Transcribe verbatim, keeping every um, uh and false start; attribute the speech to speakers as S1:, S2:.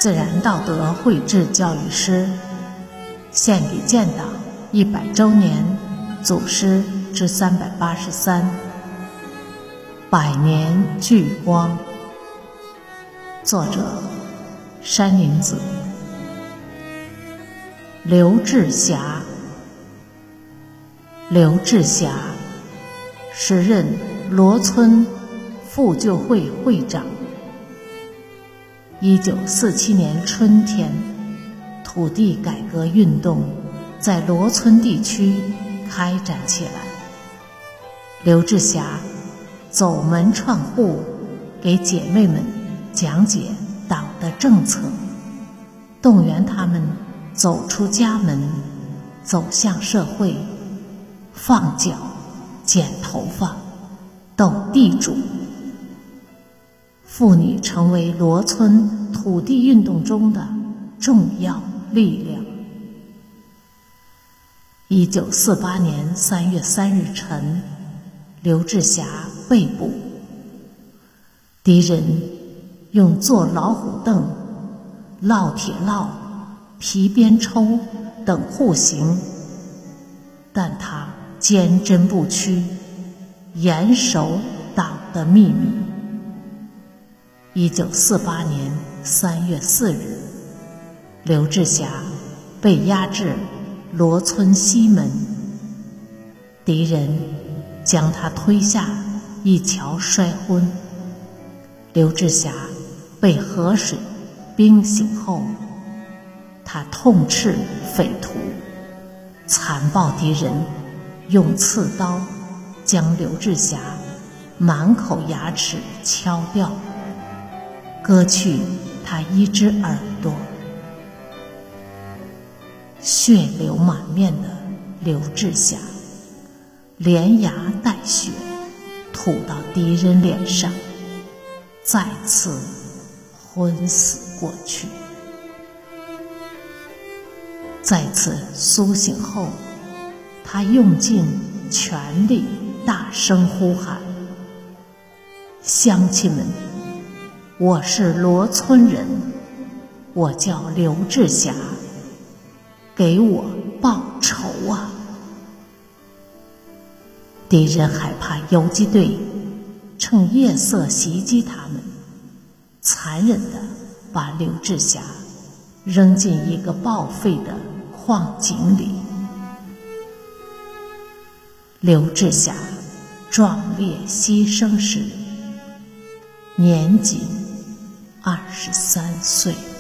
S1: 自然道德绘制教育诗，献给建党一百周年祖师之三百八十三，百年聚光。作者山林子。刘志霞，刘志霞，时任罗村妇救会会长。一九四七年春天，土地改革运动在罗村地区开展起来。刘志霞走门串户，给姐妹们讲解党的政策，动员她们走出家门，走向社会，放脚、剪头发、斗地主。妇女成为罗村土地运动中的重要力量。一九四八年三月三日晨，刘志霞被捕，敌人用坐老虎凳、烙铁烙、皮鞭抽等酷刑，但他坚贞不屈，严守党的秘密。一九四八年三月四日，刘志霞被押至罗村西门，敌人将他推下一桥摔昏。刘志霞被河水冰醒后，他痛斥匪徒，残暴敌人用刺刀将刘志霞满口牙齿敲掉，割去他一只耳朵。血流满面的刘志霞连牙带血吐到敌人脸上，再次昏死过去。再次苏醒后，他用尽全力大声呼喊：乡亲们，我是罗村人，我叫刘志霞，给我报仇啊！敌人害怕游击队趁夜色袭击他们，残忍地把刘志霞扔进一个报废的矿井里。刘志霞壮烈牺牲时，年仅二十三岁。